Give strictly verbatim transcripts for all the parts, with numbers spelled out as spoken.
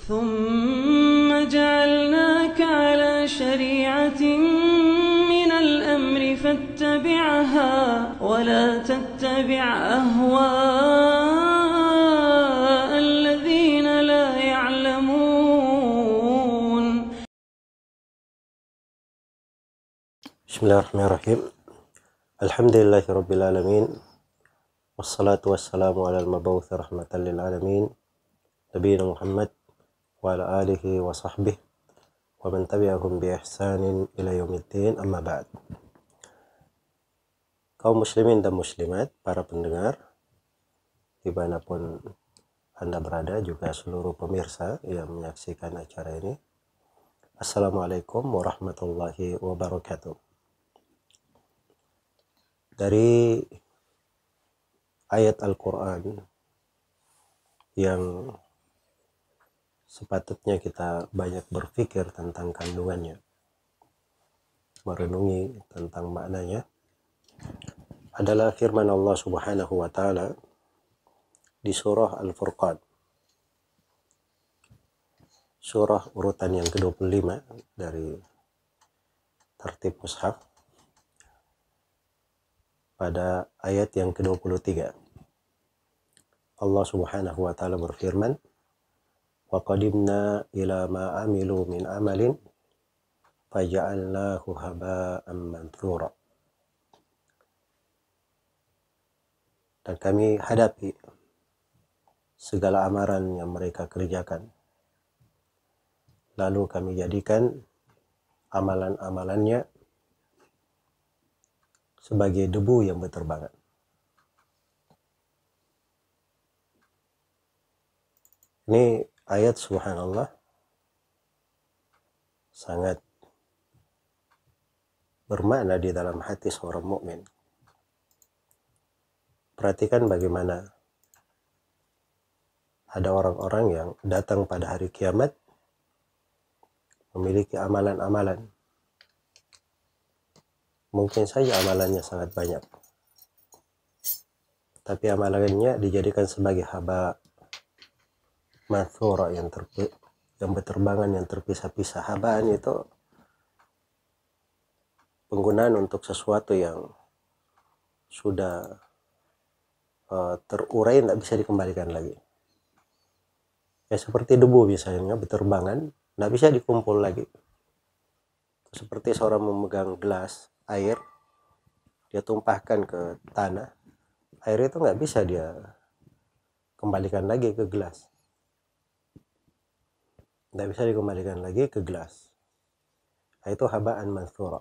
ثم جعلناك على شريعة من الأمر فاتبعها ولا تتبع أهواء الذين لا يعلمون. بسم الله الرحمن الرحيم. الحمد لله رب العالمين والصلاة والسلام على المبعوث رحمة للعالمين نبينا محمد وعلى آله وصحبه ومن تبعهم بإحسان إلى يوم الدين. Amma ba'd. Kaum muslimin dan muslimat, para pendengar dimanapun Anda berada, juga seluruh pemirsa yang menyaksikan acara ini, Assalamualaikum warahmatullahi wabarakatuh. Dari ayat Al-Quran yang sepatutnya kita banyak berpikir tentang kandungannya, merenungi tentang maknanya, adalah firman Allah Subhanahu wa Ta'ala di surah Al-Furqan, surah urutan yang ke dua puluh lima dari tertib mushaf, pada ayat yang ke dua puluh tiga. Allah Subhanahu wa Ta'ala berfirman, wa qadimna ila ma amilu min amalin faja'alnahu haba'an manthura. Dan kami hadapi segala amalan yang mereka kerjakan, lalu kami jadikan amalan-amalannya sebagai debu yang berterbangan. Ini ayat subhanallah sangat bermakna di dalam hati seorang mukmin. Perhatikan bagaimana ada orang-orang yang datang pada hari kiamat memiliki amalan-amalan. Mungkin saja amalannya sangat banyak, tapi amalannya dijadikan sebagai haba manthura, yang terpi, yang berterbangan, yang terpisah-pisah. Habaan itu penggunaan untuk sesuatu yang sudah uh, terurai, tidak bisa dikembalikan lagi. Ya seperti debu misalnya, berterbangan, tidak bisa dikumpul lagi. Seperti seorang memegang gelas air, dia tumpahkan ke tanah, air itu nggak bisa dia kembalikan lagi ke gelas. Tidak bisa dikembalikan lagi ke gelas. Itu habaan manthura.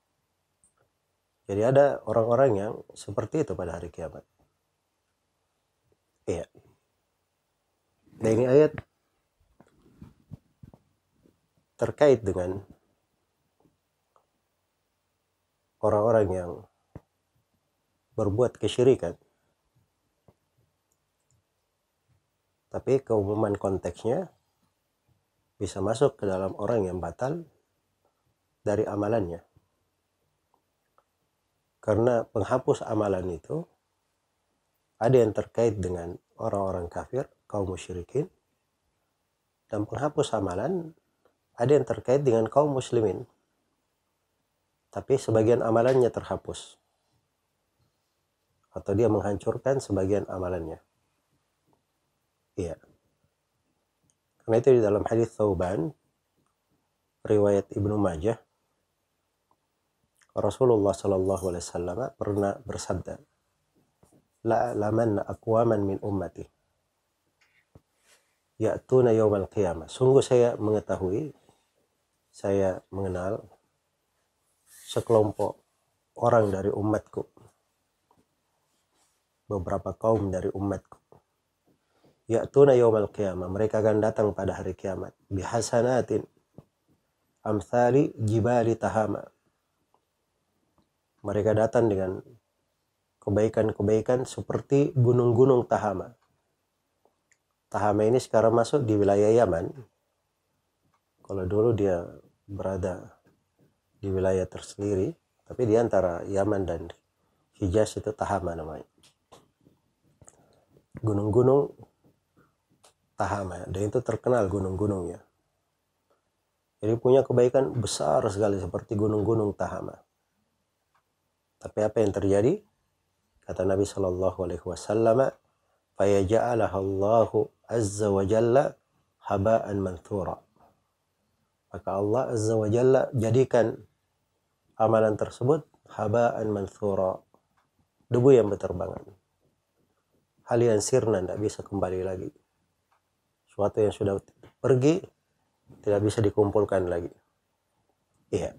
Jadi ada orang-orang yang seperti itu pada hari kiamat. Iya. Nah, ini ayat terkait dengan orang-orang yang berbuat kesyirikan. Tapi keumuman konteksnya bisa masuk ke dalam orang yang batal dari amalannya. Karena penghapus amalan itu ada yang terkait dengan orang-orang kafir, kaum musyrikin, dan penghapus amalan ada yang terkait dengan kaum muslimin. Tapi sebagian amalannya terhapus, atau dia menghancurkan sebagian amalannya. Iya. Karena itu di dalam hadis Thauban, riwayat Ibnu Majah, Rasulullah Shallallahu Alaihi Wasallam pernah bersabda, la laman aqwaman min ummati ya'tuna yaumal qiyamah. Sungguh saya mengetahui, saya mengenal sekelompok orang dari umatku, beberapa kaum dari umatku, ya'tuna yaumal qiyamah, mereka akan datang pada hari kiamat, bihasanatin amthali jibali tahama, mereka datang dengan kebaikan-kebaikan seperti gunung-gunung Tahama. Tahama ini sekarang masuk di wilayah Yaman. Kalau dulu dia berada di wilayah tersendiri, tapi di antara Yaman dan Hijaz itu Tahama namanya. Gunung-gunung Tahama, dan itu terkenal gunung-gunungnya. Jadi punya kebaikan besar sekali seperti gunung-gunung Tahama. Tapi apa yang terjadi? Kata Nabi Shallallahu Alaihi Wasallam, "Fayaja'alaha Allahu Azza wa Jalla haba'an manthura." Maka Allah Azza wa Jalla jadikan amalan tersebut haba'an manthura, debu yang berterbangan. Hal yang sirna, tidak bisa kembali lagi. Suatu yang sudah pergi tidak bisa dikumpulkan lagi. Iya.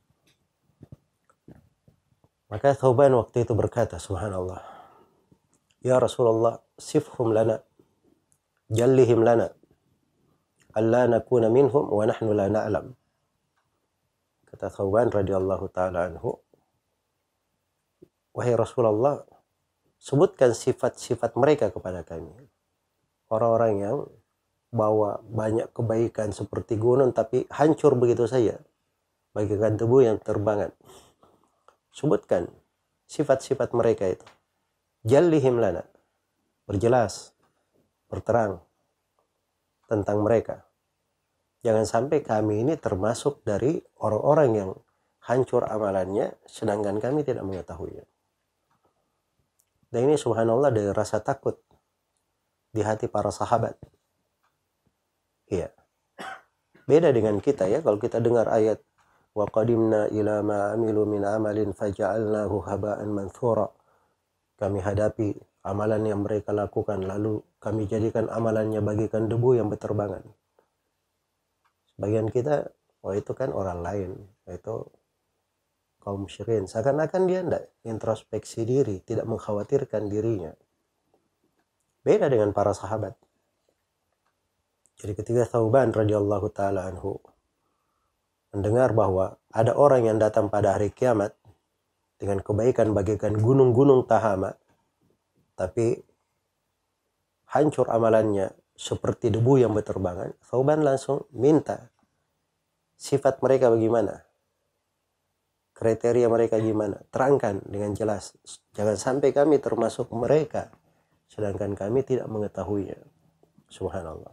Maka Thauban waktu itu berkata, subhanallah, ya Rasulullah, sifhum lana, jallihim lana, alla nakuna minhum wa nahnu la na'lam. Kata Thauban radhiyallahu ta'ala anhu, wahai Rasulullah, sebutkan sifat-sifat mereka kepada kami. Orang-orang yang bawa banyak kebaikan seperti gunung tapi hancur begitu saja, bagaikan debu yang terbangan. Sebutkan sifat-sifat mereka itu. Jallihim lana, berjelas, berterang tentang mereka. Jangan sampai kami ini termasuk dari orang-orang yang hancur amalannya sedangkan kami tidak mengetahuinya. Dan ini subhanallah dari rasa takut di hati para sahabat. Iya. Beda dengan kita ya, kalau kita dengar ayat wa qadimna ila ma amilu min amalin faja'alnahu haba'an manthura. Kami hadapi amalan yang mereka lakukan lalu kami jadikan amalannya bagaikan debu yang berterbangan. Sebagian kita, oh itu kan orang lain, itu kaum musyrikin. Seakan-akan dia tidak introspeksi diri, tidak mengkhawatirkan dirinya. Beda dengan para sahabat. Jadi ketika Thauban radhiyallahu ta'ala anhu mendengar bahwa ada orang yang datang pada hari kiamat dengan kebaikan bagaikan gunung-gunung Tahama, tapi hancur amalannya seperti debu yang berterbangan, Thauban langsung minta sifat mereka bagaimana, kriteria mereka gimana, terangkan dengan jelas. Jangan sampai kami termasuk mereka sedangkan kami tidak mengetahuinya. Subhanallah.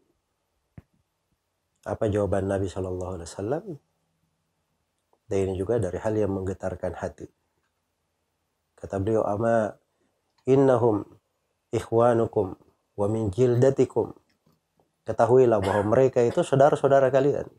Apa jawaban Nabi Shallallahu Alaihi Wasallam? Dan ini juga dari hal yang menggetarkan hati. Kata beliau, ama innahum ikhwanukum wa min jildatikum. Ketahuilah bahwa mereka itu saudara-saudara kalian.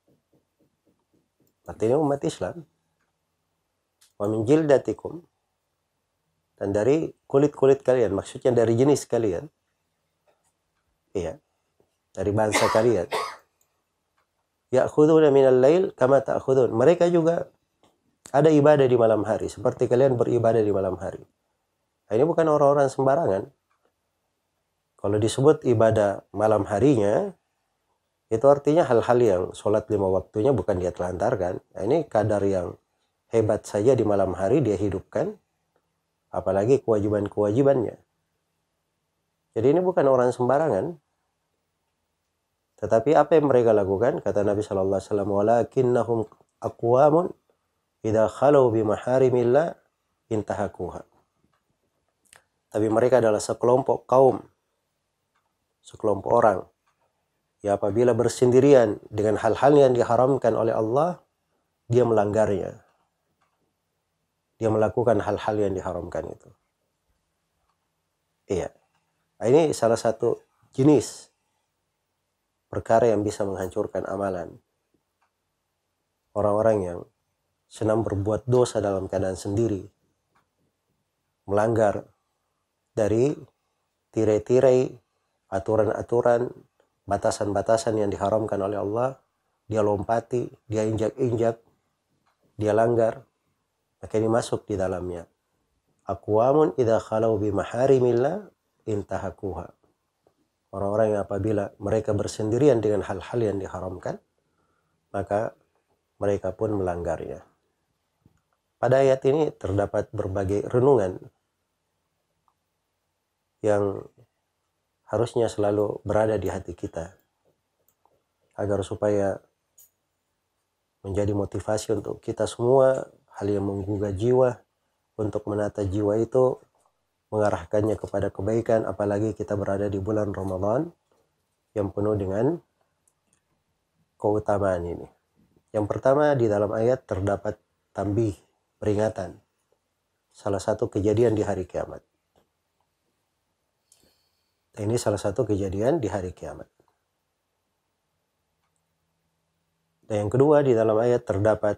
Artinya umat Islam. Wa min jildatikum. Dan dari kulit-kulit kalian. Maksudnya dari jenis kalian. Iya. Dari bangsa kalian. Ya'khuduna minal lail kama ta'khudun. Mereka juga ada ibadah di malam hari seperti kalian beribadah di malam hari. Nah, ini bukan orang-orang sembarangan. Kalau disebut ibadah malam harinya, itu artinya hal-hal yang sholat lima waktunya bukan dia telantarkan. Nah, ini kadar yang hebat saja di malam hari dia hidupkan, apalagi kewajiban-kewajibannya. Jadi ini bukan orang sembarangan. Tetapi apa yang mereka lakukan? Kata Nabi Shallallahu Alaihi Wasallam, walakinnahum aqwamun idza khalu bi maharimillah intahakuha. Tapi mereka adalah sekelompok kaum, sekelompok orang, ya apabila bersendirian dengan hal-hal yang diharamkan oleh Allah, dia melanggarnya. Dia melakukan hal-hal yang diharamkan itu. Iya. Nah, ini salah satu jenis perkara yang bisa menghancurkan amalan. Orang-orang yang senang berbuat dosa dalam keadaan sendiri, melanggar dari tirai-tirai, aturan-aturan, batasan-batasan yang diharamkan oleh Allah, dia lompati, dia injak-injak, dia langgar, maka ini masuk di dalamnya. Aqwamun idza khalau bi maharimillah intahakuha. Orang-orang yang apabila mereka bersendirian dengan hal-hal yang diharamkan, maka mereka pun melanggarnya. Pada ayat ini terdapat berbagai renungan yang harusnya selalu berada di hati kita, agar supaya menjadi motivasi untuk kita semua, hal yang menggugah jiwa, untuk menata jiwa itu, mengarahkannya kepada kebaikan, apalagi kita berada di bulan Ramadan yang penuh dengan keutamaan ini. Yang pertama, di dalam ayat terdapat tambih, peringatan. Salah satu kejadian di hari kiamat. Ini salah satu kejadian di hari kiamat. Dan yang kedua, di dalam ayat terdapat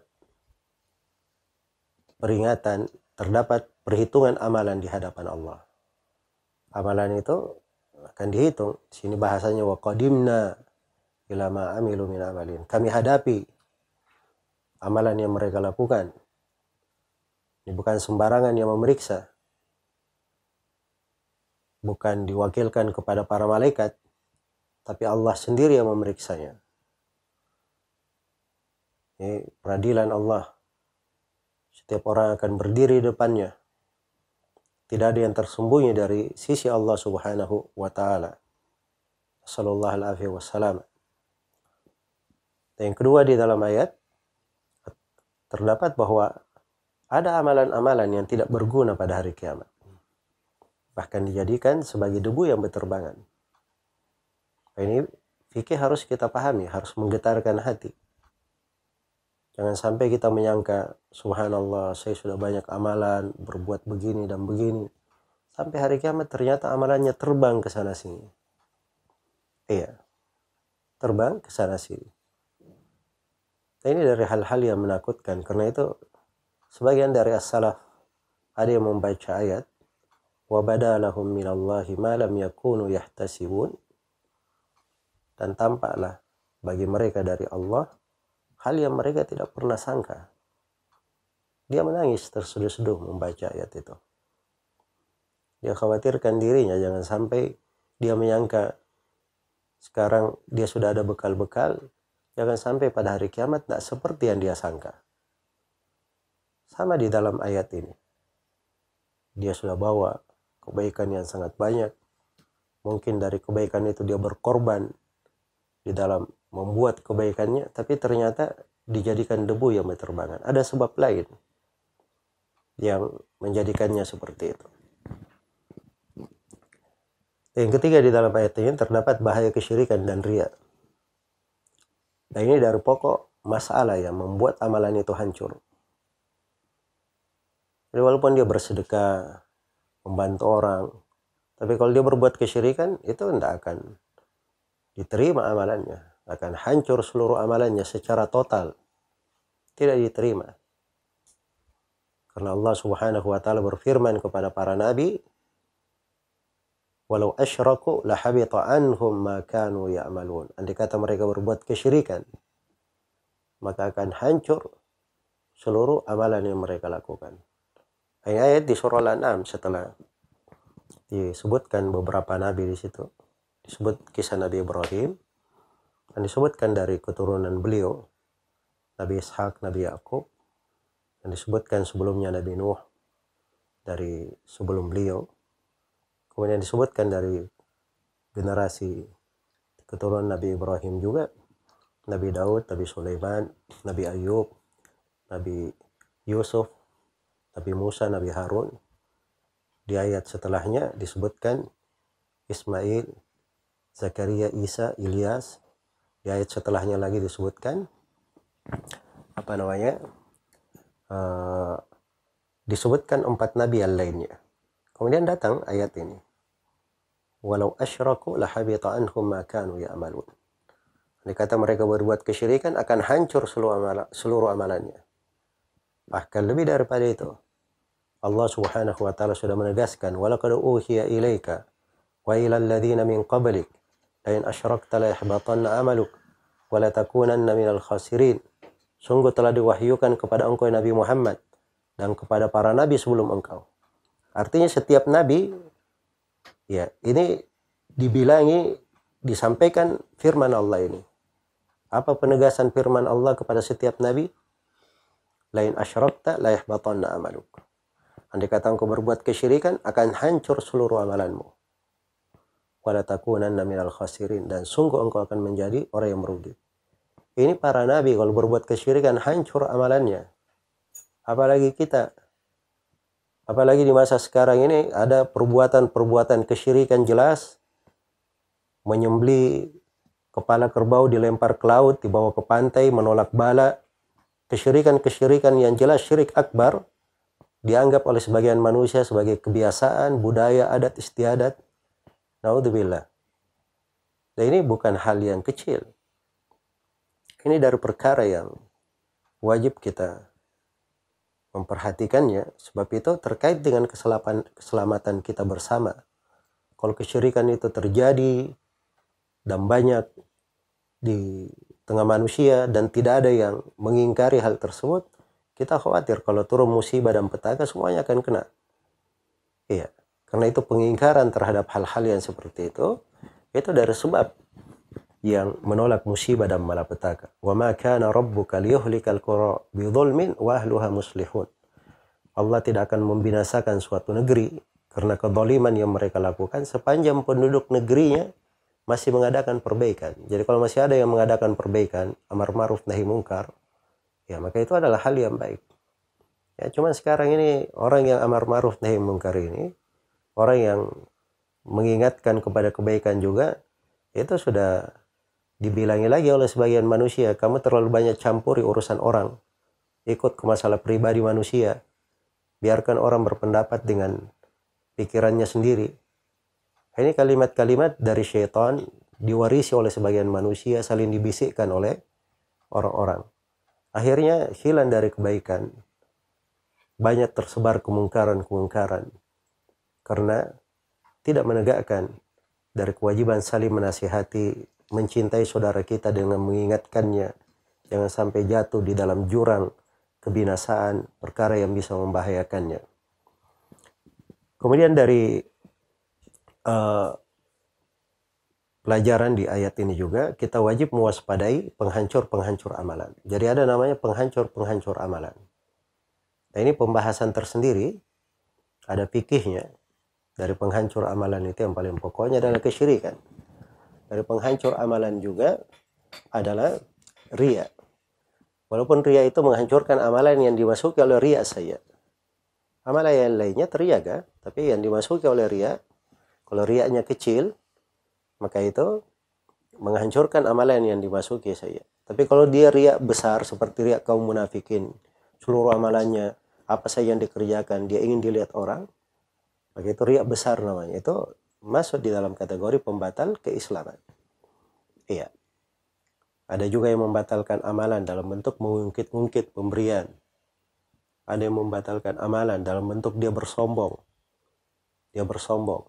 peringatan, terdapat perhitungan amalan di hadapan Allah. Amalan itu akan dihitung. Di sini bahasanya wa qadimna ila ma amilu min amalin. Kami hadapi amalan yang mereka lakukan. Ini bukan sembarangan yang memeriksa. Bukan diwakilkan kepada para malaikat, tapi Allah sendiri yang memeriksanya. Ini peradilan Allah. Setiap orang akan berdiri di depannya. Tidak ada yang tersembunyi dari sisi Allah Subhanahu wa Ta'ala. Sallallahu alaihi wasallam. Yang kedua, di dalam ayat terdapat bahwa ada amalan-amalan yang tidak berguna pada hari kiamat. Bahkan dijadikan sebagai debu yang berterbangan. Ini fikih harus kita pahami, harus menggetarkan hati. Jangan sampai kita menyangka, subhanallah, saya sudah banyak amalan, berbuat begini dan begini. Sampai hari kiamat ternyata amalannya terbang ke sana sini. Iya, terbang ke sana sini. Ini dari hal-hal yang menakutkan. Karena itu, sebagian dari as-salaf ada yang membaca ayat, وَبَدَى لَهُمْ مِنَ اللَّهِ مَا لَمْ يَكُونُوا يَحْتَسِبُونَ, dan tampaklah bagi mereka dari Allah hal yang mereka tidak pernah sangka. Dia menangis terseduh-seduh membaca ayat itu. Dia khawatirkan dirinya jangan sampai dia menyangka sekarang dia sudah ada bekal-bekal, jangan sampai pada hari kiamat tidak seperti yang dia sangka. Sama di dalam ayat ini. Dia sudah bawa kebaikan yang sangat banyak. Mungkin dari kebaikan itu dia berkorban di dalam membuat kebaikannya, tapi ternyata dijadikan debu yang berterbangan. Ada sebab lain yang menjadikannya seperti itu. Yang ketiga, di dalam ayat ini terdapat bahaya kesyirikan dan riya. Dan ini dari pokok masalah yang membuat amalan itu hancur. Jadi walaupun dia bersedekah, membantu orang, tapi kalau dia berbuat kesyirikan, itu tidak akan diterima amalannya. Akan hancur seluruh amalannya secara total. Tidak diterima. Karena Allah Subhanahu wa Ta'ala berfirman kepada para nabi, walau asyraku lahabita anhum ma kanu ya'malun. Andai kata mereka berbuat kesyirikan, maka akan hancur seluruh amalan yang mereka lakukan. Ayat di surah Al-An'am, setelah disebutkan beberapa nabi di situ, disebut kisah Nabi Ibrahim, dan disebutkan dari keturunan beliau, Nabi Ishak, Nabi Yakub, dan disebutkan sebelumnya Nabi Nuh dari sebelum beliau. Kemudian disebutkan dari generasi keturunan Nabi Ibrahim juga, Nabi Daud, Nabi Sulaiman, Nabi Ayub, Nabi Yusuf, Nabi Musa, Nabi Harun. Di ayat setelahnya disebutkan Ismail, Zakaria, Isa, Ilyas. Di ayat setelahnya lagi disebutkan apa namanya? Uh, disebutkan empat nabi yang lainnya. Kemudian datang ayat ini. Walau asyraku lahabita anhum ma kanu ya'malun. Dikata mereka berbuat kesyirikan akan hancur seluruh, amala, seluruh amalannya. Bahkan lebih daripada itu, Allah Subhanahu wa Ta'ala sudah menegaskan, walaqad uhiya ilaika wa ilal ladzina min qablik la in asyrakta la yahbatanna amaluk wa la takunanna minal khasirin. Sungguh telah diwahyukan kepada engkau Nabi Muhammad dan kepada para nabi sebelum engkau. Artinya setiap nabi, ya, ini dibilangi, disampaikan firman Allah ini. Apa penegasan firman Allah kepada setiap nabi? Lain asyrakta la yahbatanna amaluk. Andai kata engkau berbuat kesyirikan, akan hancur seluruh amalanmu. Wala takunanna minal khasirin, dan sungguh engkau akan menjadi orang yang merugi. Ini para nabi kalau berbuat kesyirikan hancur amalannya. Apalagi kita. Apalagi di masa sekarang ini ada perbuatan-perbuatan kesyirikan jelas, menyembelih kepala kerbau dilempar ke laut, dibawa ke pantai, menolak bala. Kesyirikan-kesyirikan yang jelas syirik akbar dianggap oleh sebagian manusia sebagai kebiasaan, budaya, adat istiadat. Naudzubillah. Dan ini bukan hal yang kecil. Ini dari perkara yang wajib kita memperhatikannya, sebab itu terkait dengan keselamatan kita bersama. Kalau kesyirikan itu terjadi dan banyak di tengah manusia dan tidak ada yang mengingkari hal tersebut, kita khawatir kalau turun musibah dan petaka semuanya akan kena. Iya, karena itu pengingkaran terhadap hal-hal yang seperti itu, itu dari sebab yang menolak musibah dan malapetaka. Wa ma kana rabbuka liyuhlikal qura bidzulmin wa ahluha muslihun. Allah tidak akan membinasakan suatu negeri karena kezaliman yang mereka lakukan sepanjang penduduk negerinya masih mengadakan perbaikan. Jadi kalau masih ada yang mengadakan perbaikan, amar ma'ruf nahi mungkar, ya maka itu adalah hal yang baik. Ya, cuma sekarang ini orang yang amar ma'ruf nahi mungkar ini, orang yang mengingatkan kepada kebaikan juga, itu sudah dibilangi lagi oleh sebagian manusia, kamu terlalu banyak campuri urusan orang, ikut ke masalah pribadi manusia, biarkan orang berpendapat dengan pikirannya sendiri. Ini kalimat-kalimat dari syaitan diwarisi oleh sebagian manusia, saling dibisikkan oleh orang-orang. Akhirnya hilang dari kebaikan, banyak tersebar kemungkaran-kemungkaran karena tidak menegakkan dari kewajiban saling menasihati, mencintai saudara kita dengan mengingatkannya, jangan sampai jatuh di dalam jurang kebinasaan, perkara yang bisa membahayakannya. Kemudian dari uh, pelajaran di ayat ini juga, kita wajib mewaspadai penghancur-penghancur amalan. Jadi ada namanya penghancur-penghancur amalan. Nah, ini pembahasan tersendiri, ada fikihnya. Dari penghancur amalan itu yang paling pokoknya adalah kesyirikan. Dari penghancur amalan juga adalah riya. Walaupun riya itu menghancurkan amalan yang dimasuki oleh riya saja. Amalan yang lainnya terjaga, tapi yang dimasuki oleh riya, kalau riyanya kecil, maka itu menghancurkan amalan yang dimasuki saja. Tapi kalau dia riya besar seperti riya kaum munafikin, seluruh amalannya apa saja yang dikerjakan dia ingin dilihat orang, maka itu riya besar namanya. Itu masuk di dalam kategori pembatal keislaman. Iya. Ada juga yang membatalkan amalan dalam bentuk mengungkit-ungkit pemberian. Ada yang membatalkan amalan dalam bentuk dia bersombong. Dia bersombong.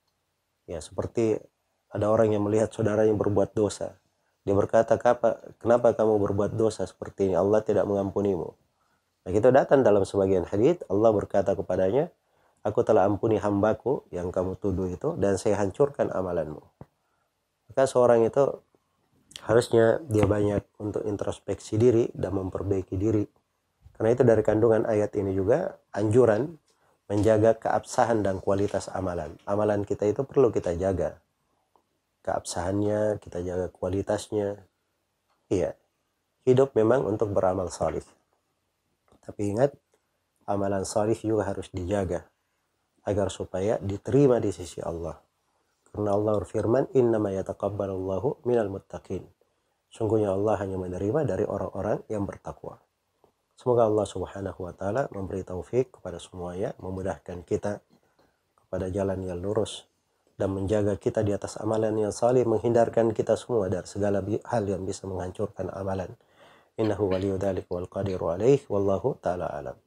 Ya, seperti ada orang yang melihat saudaranya berbuat dosa. Dia berkata, kenapa kamu berbuat dosa seperti ini? Allah tidak mengampunimu. Nah, kita datang dalam sebagian hadits, Allah berkata kepadanya, aku telah ampuni hambaku yang kamu tuduh itu dan saya hancurkan amalanmu. Maka seorang itu harusnya dia banyak untuk introspeksi diri dan memperbaiki diri. Karena itu dari kandungan ayat ini juga anjuran menjaga keabsahan dan kualitas amalan. Amalan kita itu perlu kita jaga. Keabsahannya, kita jaga kualitasnya. Iya, hidup memang untuk beramal salih. Tapi ingat, amalan salih juga harus dijaga agar supaya diterima di sisi Allah. Karena Allah berfirman, innama yataqabbalullahu minal muttaqin. Sungguhnya Allah hanya menerima dari orang-orang yang bertakwa. Semoga Allah Subhanahu wa taala memberi taufik kepada semuanya, memudahkan kita kepada jalan yang lurus dan menjaga kita di atas amalan yang salih, menghindarkan kita semua dari segala hal yang bisa menghancurkan amalan. Innahu waliyyu dzalika wal qadiru alaihi wallahu taala alam.